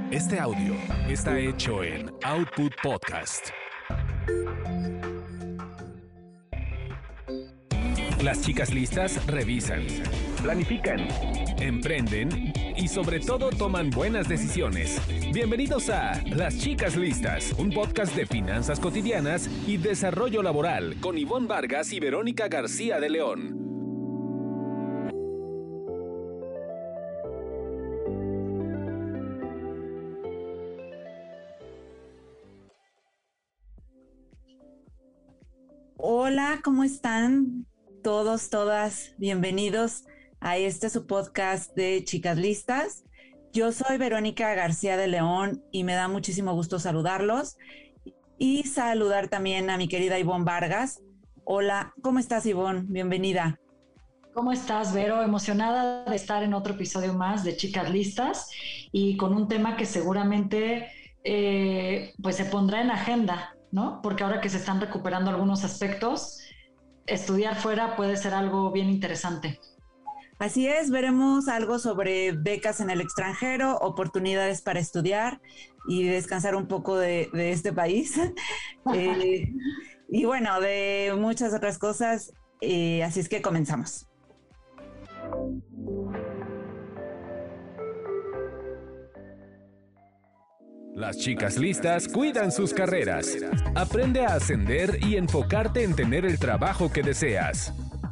Este audio está hecho en Output Podcast. Las chicas listas revisan, planifican, emprenden y sobre todo toman buenas decisiones. Bienvenidos a Las Chicas Listas, un podcast de finanzas cotidianas y desarrollo laboral con Ivonne Vargas y Verónica García de León. Hola, ¿cómo están todos, todas? Bienvenidos a su podcast de Chicas Listas. Yo soy Verónica García de León y me da muchísimo gusto saludarlos y saludar también a mi querida Ivonne Vargas. Hola, ¿cómo estás, Ivonne? Bienvenida. ¿Cómo estás, Vero? Emocionada de estar en otro episodio más de Chicas Listas y con un tema que seguramente pues se pondrá en agenda, ¿no? Porque ahora que se están recuperando algunos aspectos, estudiar fuera puede ser algo bien interesante. Así es, veremos algo sobre becas en el extranjero, oportunidades para estudiar y descansar un poco de este país. Y bueno, de muchas otras cosas, así es que comenzamos. Las chicas listas cuidan sus carreras. Aprende a ascender y enfocarte en tener el trabajo que deseas.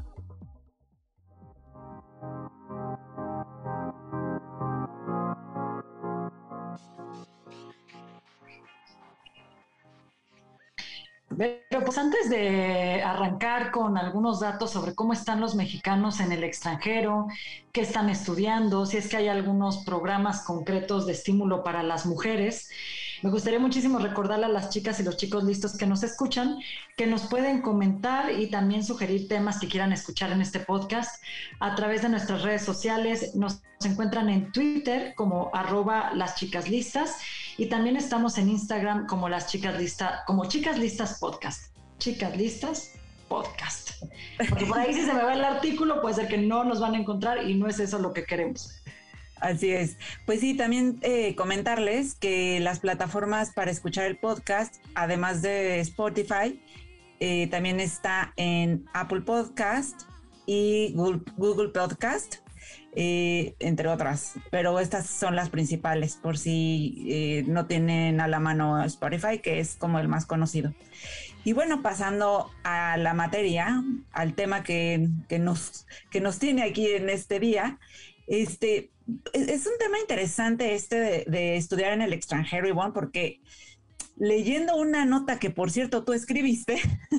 Pero pues antes de arrancar con algunos datos sobre cómo están los mexicanos en el extranjero, qué están estudiando, si es que hay algunos programas concretos de estímulo para las mujeres, me gustaría muchísimo recordarle a las chicas y los chicos listos que nos escuchan que nos pueden comentar y también sugerir temas que quieran escuchar en este podcast a través de nuestras redes sociales. Nos encuentran en Twitter como @laschicaslistas y también estamos en Instagram como Chicas Listas Podcast. Chicas Listas Podcast. Porque por ahí si se me va el artículo puede ser que no nos van a encontrar y no es eso lo que queremos. Así es. Pues sí, también comentarles que las plataformas para escuchar el podcast, además de Spotify, también está en Apple Podcast y Google Podcast, entre otras. Pero estas son las principales, por si no tienen a la mano Spotify, que es como el más conocido. Y bueno, pasando a la materia, al tema que nos tiene aquí en este día, es un tema interesante de estudiar en el extranjero, Ivonne, porque leyendo una nota que, por cierto, tú escribiste,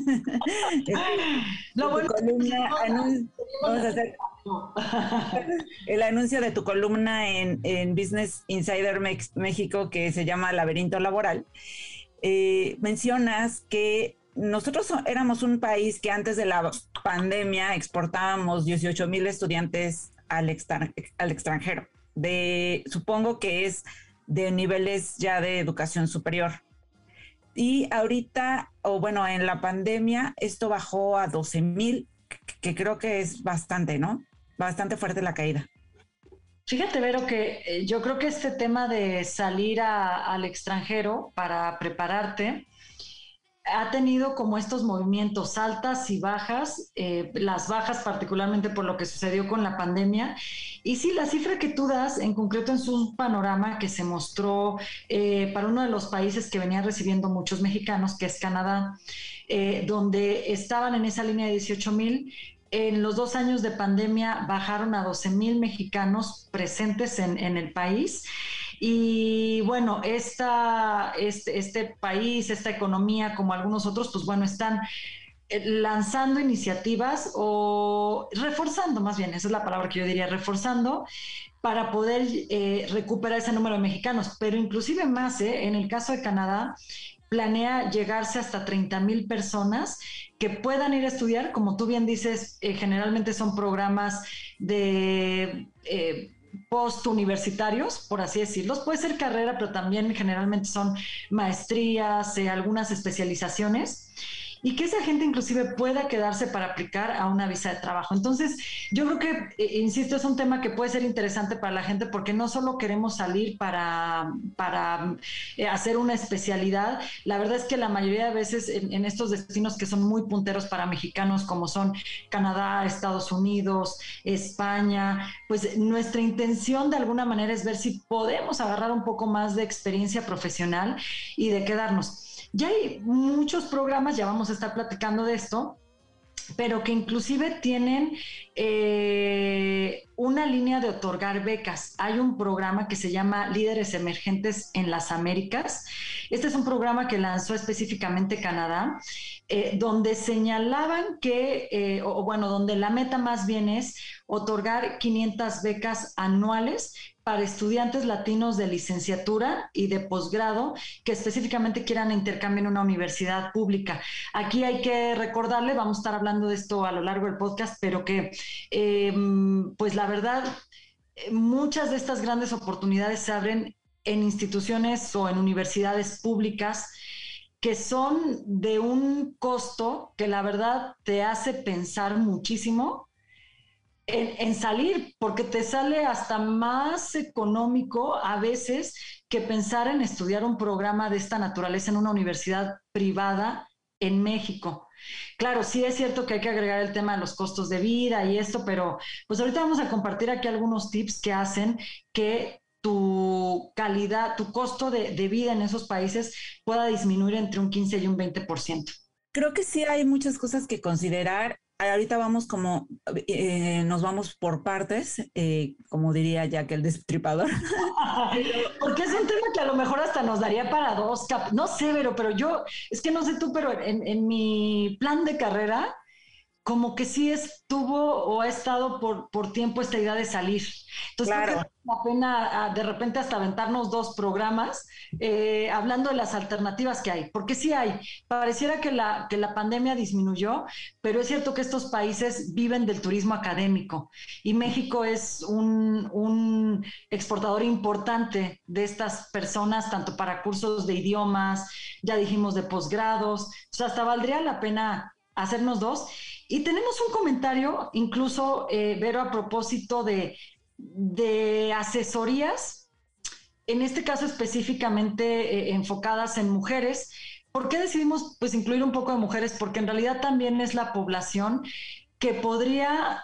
vamos a hacer el anuncio de tu columna en Business Insider México, que se llama Laberinto Laboral. Mencionas que nosotros éramos un país que antes de la pandemia exportábamos 18,000 estudiantes al extranjero. Supongo que es de niveles ya de educación superior. Y ahorita, en la pandemia, esto bajó a 12,000, que creo que es bastante, ¿no? Bastante fuerte la caída. Fíjate, Vero, que yo creo que este tema de salir al extranjero para prepararte ha tenido como estos movimientos altas y bajas, las bajas particularmente por lo que sucedió con la pandemia. Y sí, la cifra que tú das en concreto es un panorama que se mostró para uno de los países que venía recibiendo muchos mexicanos, que es Canadá, donde estaban en esa línea de 18,000. En los 2 años de pandemia bajaron a 12,000 mexicanos presentes en el país. Y bueno, este país, esta economía, como algunos otros, pues bueno, están lanzando iniciativas o reforzando, más bien, esa es la palabra que yo diría, reforzando para poder recuperar ese número de mexicanos. Pero inclusive más, en el caso de Canadá, planea llegarse hasta 30,000 personas que puedan ir a estudiar. Como tú bien dices, generalmente son programas de postuniversitarios, por así decirlos. Puede ser carrera, pero también generalmente son maestrías, algunas especializaciones. y que esa gente inclusive pueda quedarse para aplicar a una visa de trabajo. Entonces, yo creo que, insisto, es un tema que puede ser interesante para la gente porque no solo queremos salir para hacer una especialidad. La verdad es que la mayoría de veces en estos destinos que son muy punteros para mexicanos, como son Canadá, Estados Unidos, España, pues nuestra intención de alguna manera es ver si podemos agarrar un poco más de experiencia profesional y de quedarnos. Ya hay muchos programas, ya vamos a estar platicando de esto, pero que inclusive tienen una línea de otorgar becas. Hay un programa que se llama Líderes Emergentes en las Américas. Este es un programa que lanzó específicamente Canadá, donde señalaban que, donde la meta más bien es otorgar 500 becas anuales para estudiantes latinos de licenciatura y de posgrado que específicamente quieran intercambio en una universidad pública. Aquí hay que recordarle, vamos a estar hablando de esto a lo largo del podcast, pero que pues la verdad, muchas de estas grandes oportunidades se abren en instituciones o en universidades públicas que son de un costo que la verdad te hace pensar muchísimo en salir, porque te sale hasta más económico a veces que pensar en estudiar un programa de esta naturaleza en una universidad privada en México. Claro, sí es cierto que hay que agregar el tema de los costos de vida y esto, pero pues ahorita vamos a compartir aquí algunos tips que hacen que tu calidad, tu costo de vida en esos países pueda disminuir entre un 15 y un 20%. Creo que sí hay muchas cosas que considerar. Ahorita vamos nos vamos por partes, como diría Jack el Destripador. Porque es un tema que a lo mejor hasta nos daría para no sé, pero yo, es que no sé tú, pero en mi plan de carrera, como que sí estuvo o ha estado por tiempo esta idea de salir. Entonces claro, creo que vale la pena de repente hasta aventarnos 2 programas hablando de las alternativas que hay, porque sí hay. Pareciera que la pandemia disminuyó, pero es cierto que estos países viven del turismo académico y México es un exportador importante de estas personas, tanto para cursos de idiomas, ya dijimos de posgrados, o sea, hasta valdría la pena hacernos 2. Y tenemos un comentario, incluso, Vero, a propósito de asesorías, en este caso específicamente enfocadas en mujeres. ¿Por qué decidimos pues, incluir un poco de mujeres? Porque en realidad también es la población que podría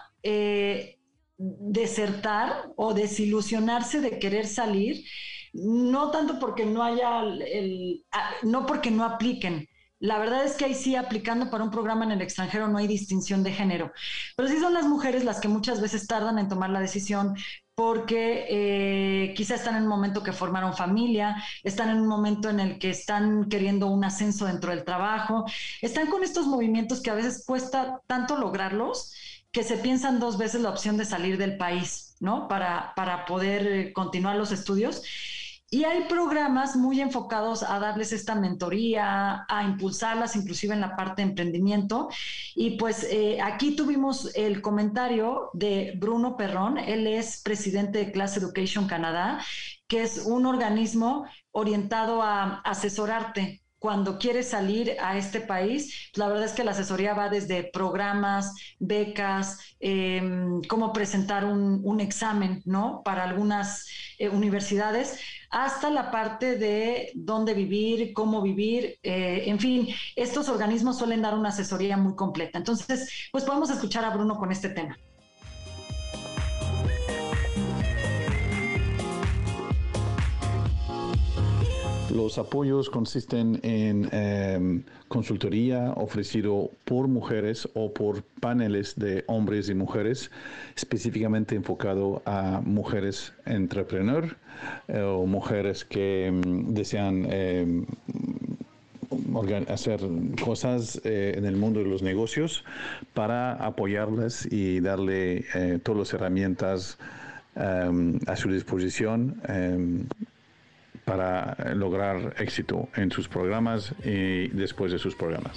desertar o desilusionarse de querer salir, no tanto porque no haya no porque no apliquen. La verdad es que ahí sí, aplicando para un programa en el extranjero no hay distinción de género, pero sí son las mujeres las que muchas veces tardan en tomar la decisión porque quizá están en un momento que formaron familia, están en un momento en el que están queriendo un ascenso dentro del trabajo, están con estos movimientos que a veces cuesta tanto lograrlos que se piensan 2 veces la opción de salir del país, ¿no? Para poder continuar los estudios. Y hay programas muy enfocados a darles esta mentoría, a impulsarlas inclusive en la parte de emprendimiento. Y pues aquí tuvimos el comentario de Bruno Perrón, él es presidente de Class Education Canadá, que es un organismo orientado a asesorarte cuando quieres salir a este país. La verdad es que la asesoría va desde programas, becas, cómo presentar un examen, ¿no? Para algunas universidades, hasta la parte de dónde vivir, cómo vivir, en fin, estos organismos suelen dar una asesoría muy completa. Entonces, pues podemos escuchar a Bruno con este tema. Los apoyos consisten en consultoría ofrecido por mujeres o por paneles de hombres y mujeres, específicamente enfocado a mujeres entrepreneur o mujeres que desean hacer cosas en el mundo de los negocios para apoyarlas y darle todas las herramientas a su disposición para lograr éxito en sus programas y después de sus programas.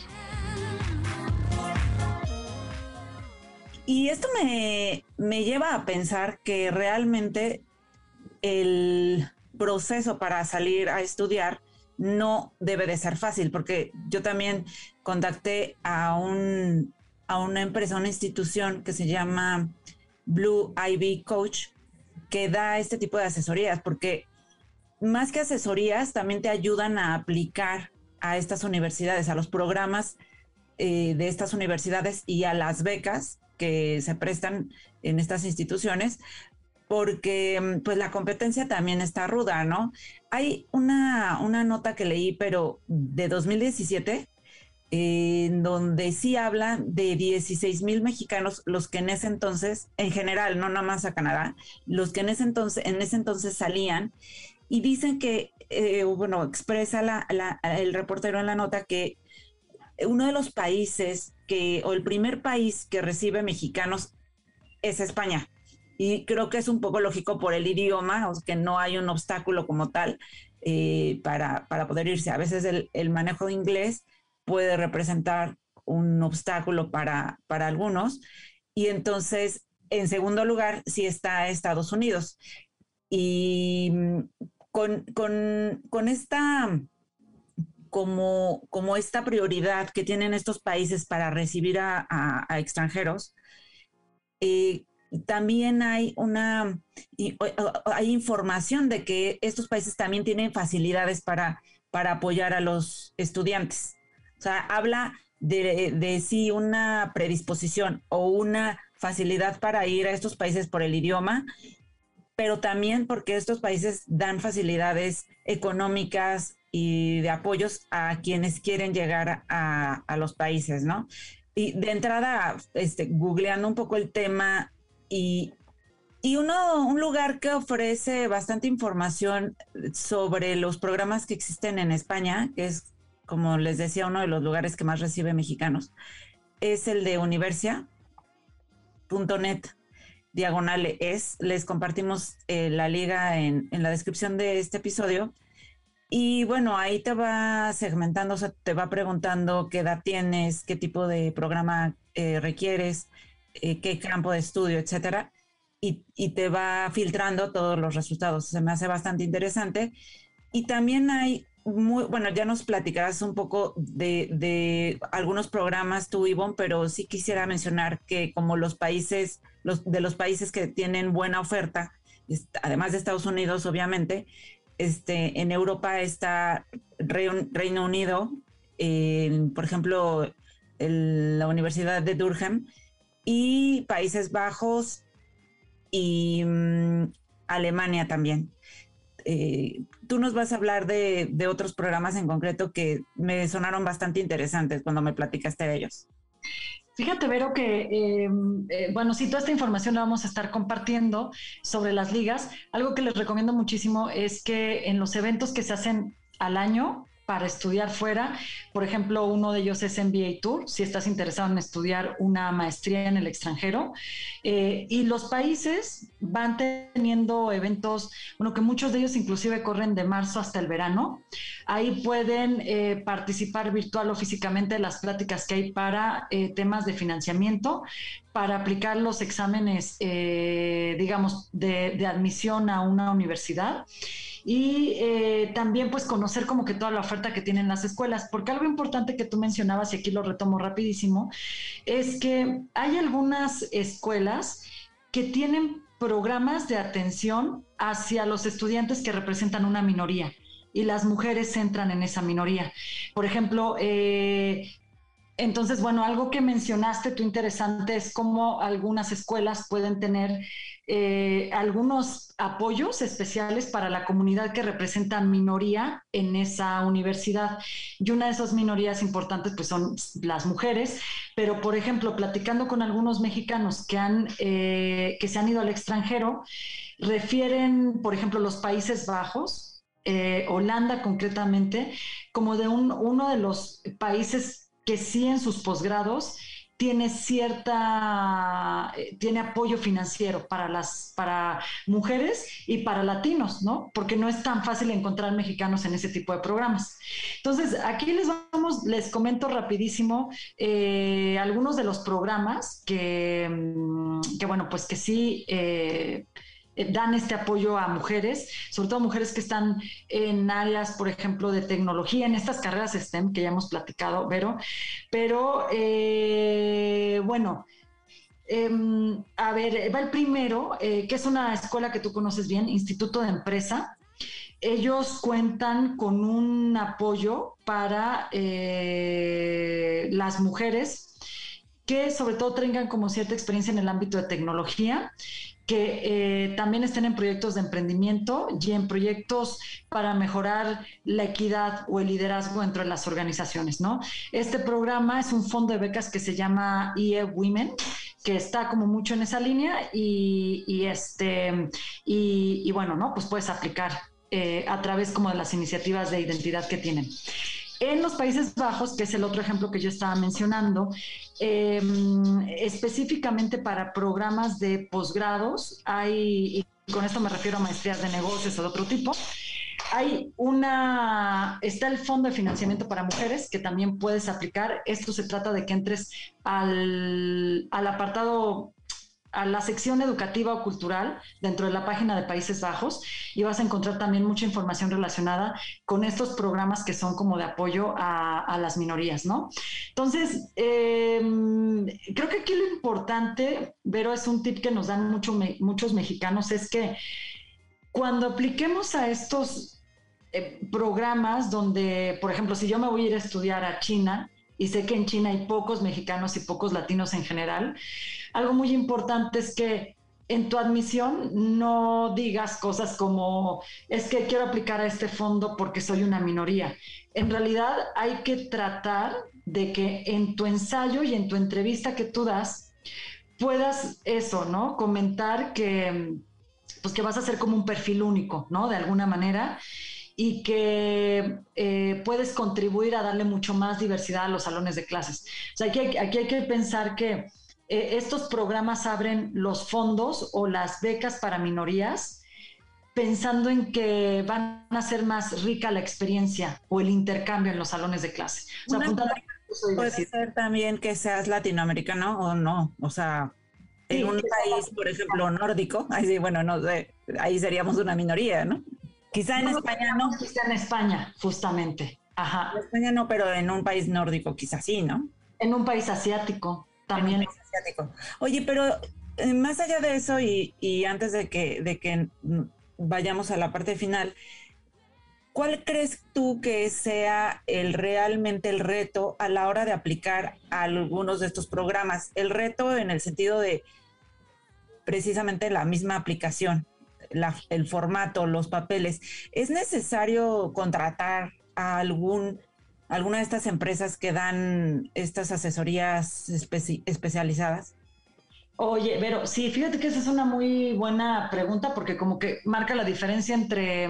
Y esto me lleva a pensar que realmente el proceso para salir a estudiar no debe de ser fácil, porque yo también contacté a una empresa, una institución que se llama Blue Ivy Coach, que da este tipo de asesorías, porque más que asesorías, también te ayudan a aplicar a estas universidades, a los programas de estas universidades y a las becas que se prestan en estas instituciones, porque pues la competencia también está ruda, ¿no? Hay una nota que leí, pero de 2017, en donde sí habla de 16,000 mexicanos, los que en ese entonces, en general, no nada más a Canadá, los que en ese entonces salían, y dicen que, bueno, expresa el reportero en la nota que uno de los países o el primer país que recibe mexicanos es España. Y creo que es un poco lógico por el idioma, o sea, que no hay un obstáculo como tal para poder irse. A veces el manejo de inglés puede representar un obstáculo para algunos. Y entonces, en segundo lugar, sí está Estados Unidos. Y con esta, como esta prioridad que tienen estos países para recibir a extranjeros, también hay hay información de que estos países también tienen facilidades para apoyar a los estudiantes. O sea, habla de sí una predisposición o una facilidad para ir a estos países por el idioma, pero también porque estos países dan facilidades económicas y de apoyos a quienes quieren llegar a los países, ¿no? Y de entrada, googleando un poco el tema y un lugar que ofrece bastante información sobre los programas que existen en España, que es, como les decía, uno de los lugares que más recibe mexicanos, es el de universia.net/es. Les compartimos la liga en la descripción de este episodio. Y bueno, ahí te va segmentando, o sea, te va preguntando qué edad tienes, qué tipo de programa requieres, qué campo de estudio, etcétera, y te va filtrando todos los resultados. Se me hace bastante interesante. Y también hay bueno, ya nos platicarás un poco de algunos programas tú, Ivonne, pero sí quisiera mencionar que como los países que tienen buena oferta, además de Estados Unidos, obviamente, en Europa está Reino Unido, por ejemplo, la Universidad de Durham, y Países Bajos y Alemania también. Tú nos vas a hablar de otros programas en concreto que me sonaron bastante interesantes cuando me platicaste de ellos. Fíjate, Vero, que, bueno, sí, toda esta información la vamos a estar compartiendo sobre las ligas. Algo que les recomiendo muchísimo es que en los eventos que se hacen al año para estudiar fuera, por ejemplo, uno de ellos es MBA Tour, si estás interesado en estudiar una maestría en el extranjero, y los países van teniendo eventos, bueno, que muchos de ellos inclusive corren de marzo hasta el verano. Ahí pueden participar virtual o físicamente en las pláticas que hay para temas de financiamiento, para aplicar los exámenes, digamos, de admisión a una universidad. Y también pues conocer como que toda la oferta que tienen las escuelas, porque algo importante que tú mencionabas, y aquí lo retomo rapidísimo, es que hay algunas escuelas que tienen programas de atención hacia los estudiantes que representan una minoría, y las mujeres entran en esa minoría. Por ejemplo, entonces, bueno, algo que mencionaste tú interesante es cómo algunas escuelas pueden tener algunos apoyos especiales para la comunidad que representa minoría en esa universidad. Y una de esas minorías importantes pues son las mujeres, pero por ejemplo, platicando con algunos mexicanos que se han ido al extranjero, refieren, por ejemplo, los Países Bajos, Holanda concretamente, como de uno de los países que sí en sus posgrados tiene apoyo financiero para mujeres y para latinos, ¿no? Porque no es tan fácil encontrar mexicanos en ese tipo de programas. Entonces, aquí les comento rapidísimo algunos de los programas que bueno, pues que sí dan este apoyo a mujeres, sobre todo mujeres que están en áreas, por ejemplo, de tecnología, en estas carreras STEM que ya hemos platicado, Vero. Pero, bueno, a ver, va el primero, que es una escuela que tú conoces bien, Instituto de Empresa. Ellos cuentan con un apoyo para las mujeres que sobre todo tengan como cierta experiencia en el ámbito de tecnología, que también estén en proyectos de emprendimiento y en proyectos para mejorar la equidad o el liderazgo dentro de las organizaciones, ¿no? Este programa es un fondo de becas que se llama IE Women, que está como mucho en esa línea y bueno, ¿no? Pues puedes aplicar a través como de las iniciativas de identidad que tienen. En los Países Bajos, que es el otro ejemplo que yo estaba mencionando, específicamente para programas de posgrados, y con esto me refiero a maestrías de negocios o de otro tipo, está el Fondo de Financiamiento para Mujeres, que también puedes aplicar. Esto se trata de que entres al apartado, a la sección educativa o cultural dentro de la página de Países Bajos y vas a encontrar también mucha información relacionada con estos programas que son como de apoyo a las minorías, ¿no? Entonces, creo que aquí lo importante, Vero, es un tip que nos dan muchos mexicanos, es que cuando apliquemos a estos programas donde, por ejemplo, si yo me voy a ir a estudiar a China, y sé que en China hay pocos mexicanos y pocos latinos en general, algo muy importante es que en tu admisión no digas cosas como es que quiero aplicar a este fondo porque soy una minoría. En realidad hay que tratar de que en tu ensayo y en tu entrevista que tú das puedas eso, ¿no? Comentar que, pues que vas a hacer como un perfil único, ¿no? De alguna manera, y que puedes contribuir a darle mucho más diversidad a los salones de clases. O sea, aquí hay que pensar que estos programas abren los fondos o las becas para minorías pensando en que van a ser más rica la experiencia o el intercambio en los salones de clase. O sea, puede ser también que seas latinoamericano o no, o sea, en un país, por ejemplo, nórdico, ahí, bueno, no sé, ahí seríamos una minoría, ¿no? Quizá en España no. Quizá en España, justamente. Ajá. En España no, pero en un país nórdico quizás sí, ¿no? En un país asiático también. En un país asiático. Oye, pero más allá de eso y antes de que vayamos a la parte final, ¿cuál crees tú que sea realmente el reto a la hora de aplicar a algunos de estos programas? El reto en el sentido de precisamente la misma aplicación. El formato, los papeles. ¿Es necesario contratar a alguna de estas empresas que dan estas asesorías especializadas? Oye, Vero, sí, fíjate que esa es una muy buena pregunta porque como que marca la diferencia entre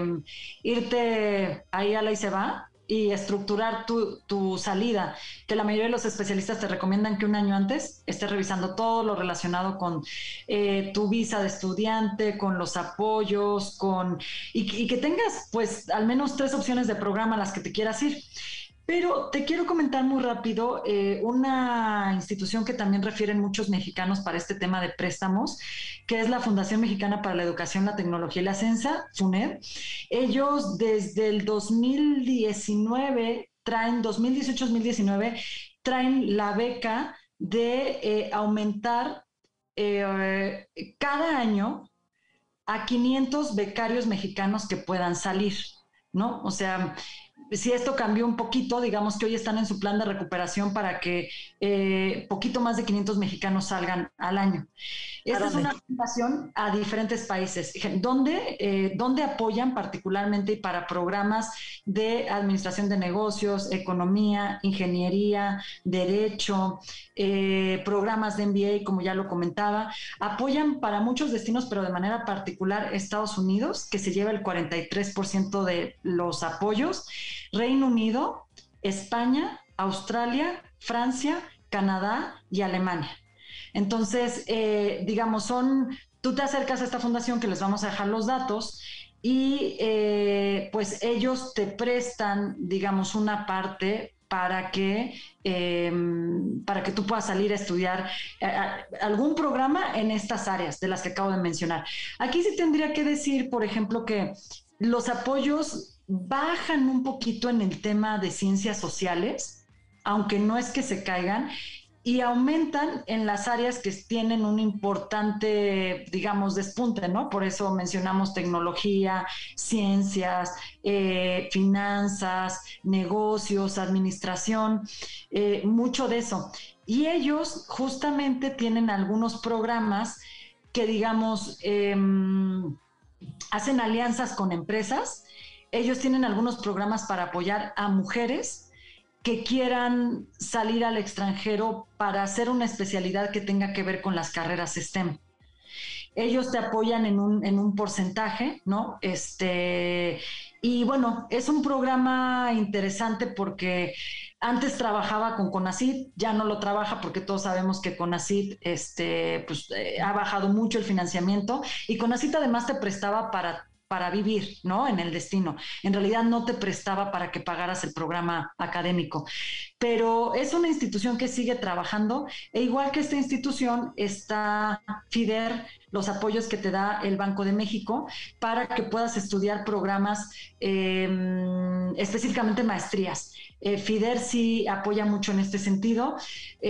irte ahí a la y se va y estructurar tu salida, que la mayoría de los especialistas te recomiendan que un año antes estés revisando todo lo relacionado con tu visa de estudiante, con los apoyos, y que tengas pues al menos 3 opciones de programa a las que te quieras ir. Pero te quiero comentar muy rápido una institución que también refieren muchos mexicanos para este tema de préstamos, que es la Fundación Mexicana para la Educación, la Tecnología y la Ciencia, FUNED. Ellos desde el 2019 2018-2019, traen la beca de aumentar cada año a 500 becarios mexicanos que puedan salir, ¿no? O sea, si esto cambió un poquito, digamos que hoy están en su plan de recuperación para que poquito más de 500 mexicanos salgan al año. Esta es una invitación a diferentes países, donde apoyan particularmente y para programas de administración de negocios, economía, ingeniería, derecho, programas de MBA, como ya lo comentaba. Apoyan para muchos destinos, pero de manera particular Estados Unidos, que se lleva el 43% de los apoyos, Reino Unido, España, Australia, Francia, Canadá y Alemania. Entonces, digamos, tú te acercas a esta fundación que les vamos a dejar los datos y pues ellos te prestan, digamos, una parte para que tú puedas salir a estudiar algún programa en estas áreas de las que acabo de mencionar. Aquí sí tendría que decir, por ejemplo, que los apoyos bajan un poquito en el tema de ciencias sociales, aunque no es que se caigan, y aumentan en las áreas que tienen un importante, digamos, despunte, ¿no? Por eso mencionamos tecnología, ciencias, finanzas, negocios, administración, mucho de eso. Y ellos justamente tienen algunos programas que, digamos, hacen alianzas con empresas. Ellos tienen algunos programas para apoyar a mujeres que quieran salir al extranjero para hacer una especialidad que tenga que ver con las carreras STEM. Ellos te apoyan en un porcentaje, ¿no? Y bueno, es un programa interesante porque antes trabajaba con CONACYT, ya no lo trabaja porque todos sabemos que CONACYT ha bajado mucho el financiamiento, y CONACYT además te prestaba para vivir, ¿no? En el destino. En realidad no te prestaba para que pagaras el programa académico. Pero es una institución que sigue trabajando, e igual que esta institución está FIDER, los apoyos que te da el Banco de México para que puedas estudiar programas, específicamente maestrías. FIDER sí apoya mucho en este sentido.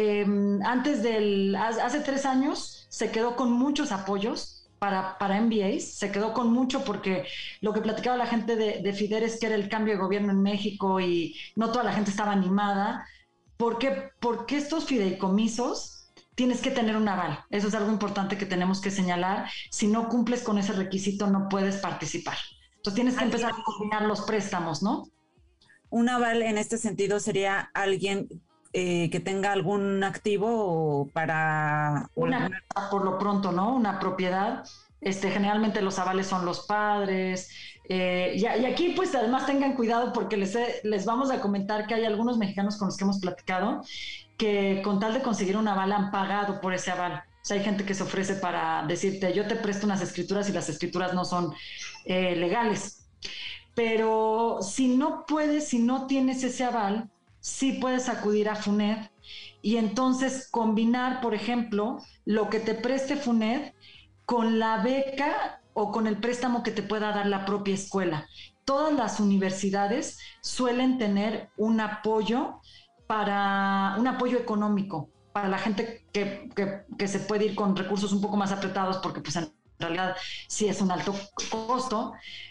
Hace 3 años se quedó con muchos apoyos para MBAs, se quedó con mucho porque lo que platicaba la gente de FIDER es que era el cambio de gobierno en México y no toda la gente estaba animada. ¿Por qué? Porque estos fideicomisos tienes que tener un aval. Eso es algo importante que tenemos que señalar. Si no cumples con ese requisito, no puedes participar. Entonces tienes que empezar a combinar los préstamos, ¿no? Un aval en este sentido sería alguien que tenga algún activo para... por lo pronto, ¿no? Una propiedad. Generalmente los avales son los padres. Y aquí, pues, además tengan cuidado porque les vamos a comentar que hay algunos mexicanos con los que hemos platicado que con tal de conseguir un aval han pagado por ese aval. O sea, hay gente que se ofrece para decirte, yo te presto unas escrituras y las escrituras no son legales. Pero si no puedes, si no tienes ese aval, sí puedes acudir a FUNED y entonces combinar, por ejemplo, lo que te preste FUNED con la beca o con el préstamo que te pueda dar la propia escuela. Todas las universidades suelen tener un apoyo económico para la gente que se puede ir con recursos un poco más apretados, porque pues en realidad sí es un alto costo.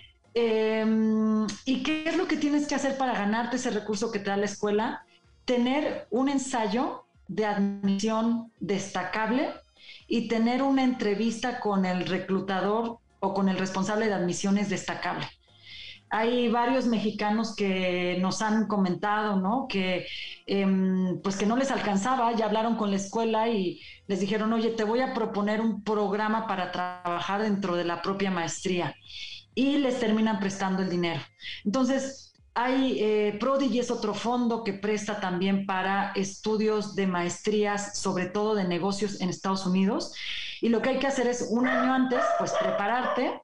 ¿Y qué es lo que tienes que hacer para ganarte ese recurso que te da la escuela? Tener un ensayo de admisión destacable y tener una entrevista con el reclutador o con el responsable de admisiones destacable. Hay varios mexicanos que nos han comentado, ¿no? Que pues que no les alcanzaba, ya hablaron con la escuela y les dijeron, oye, te voy a proponer un programa para trabajar dentro de la propia maestría. Y les terminan prestando el dinero. Entonces, hay Prodigy es otro fondo que presta también para estudios de maestrías, sobre todo de negocios en Estados Unidos. Y lo que hay que hacer es un año antes, pues prepararte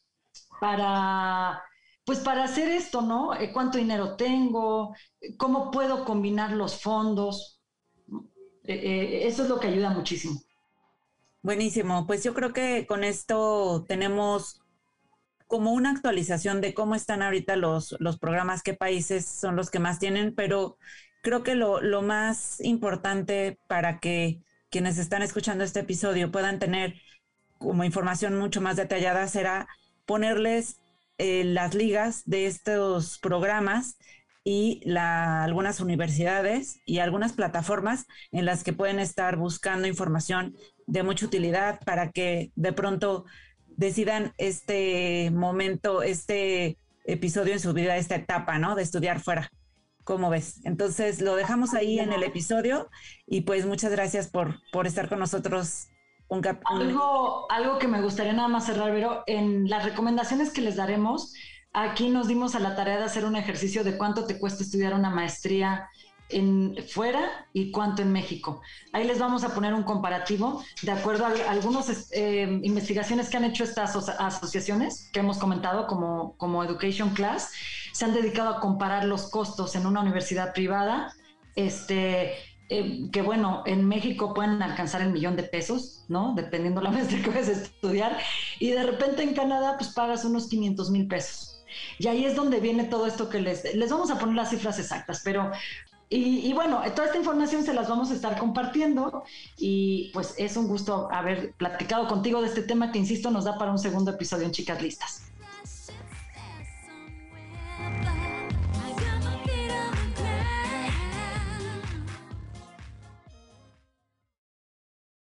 para hacer esto, ¿no? ¿Cuánto dinero tengo? ¿Cómo puedo combinar los fondos? Eso es lo que ayuda muchísimo. Buenísimo. Pues yo creo que con esto tenemos como una actualización de cómo están ahorita los programas, qué países son los que más tienen, pero creo que lo más importante para que quienes están escuchando este episodio puedan tener como información mucho más detallada será ponerles las ligas de estos programas y algunas universidades y algunas plataformas en las que pueden estar buscando información de mucha utilidad para que de pronto decidan este momento, este episodio en su vida, esta etapa, ¿no? De estudiar fuera. ¿Cómo ves? Entonces lo dejamos ahí en el episodio y pues muchas gracias por estar con nosotros. Algo que me gustaría nada más cerrar, Vero, en las recomendaciones que les daremos, aquí nos dimos a la tarea de hacer un ejercicio de cuánto te cuesta estudiar una maestría fuera y cuánto en México. Ahí les vamos a poner un comparativo de acuerdo a algunas investigaciones que han hecho estas asociaciones que hemos comentado como Education Class. se han dedicado a comparar los costos en una universidad privada, que bueno, en México pueden alcanzar el $1,000,000, ¿no? Dependiendo la maestría que vayas a estudiar, y de repente en Canadá pues pagas unos $500,000. Y ahí es donde viene todo esto que les vamos a poner las cifras exactas, pero y bueno, toda esta información se las vamos a estar compartiendo, y pues es un gusto haber platicado contigo de este tema que, insisto, nos da para un segundo episodio en Chicas Listas.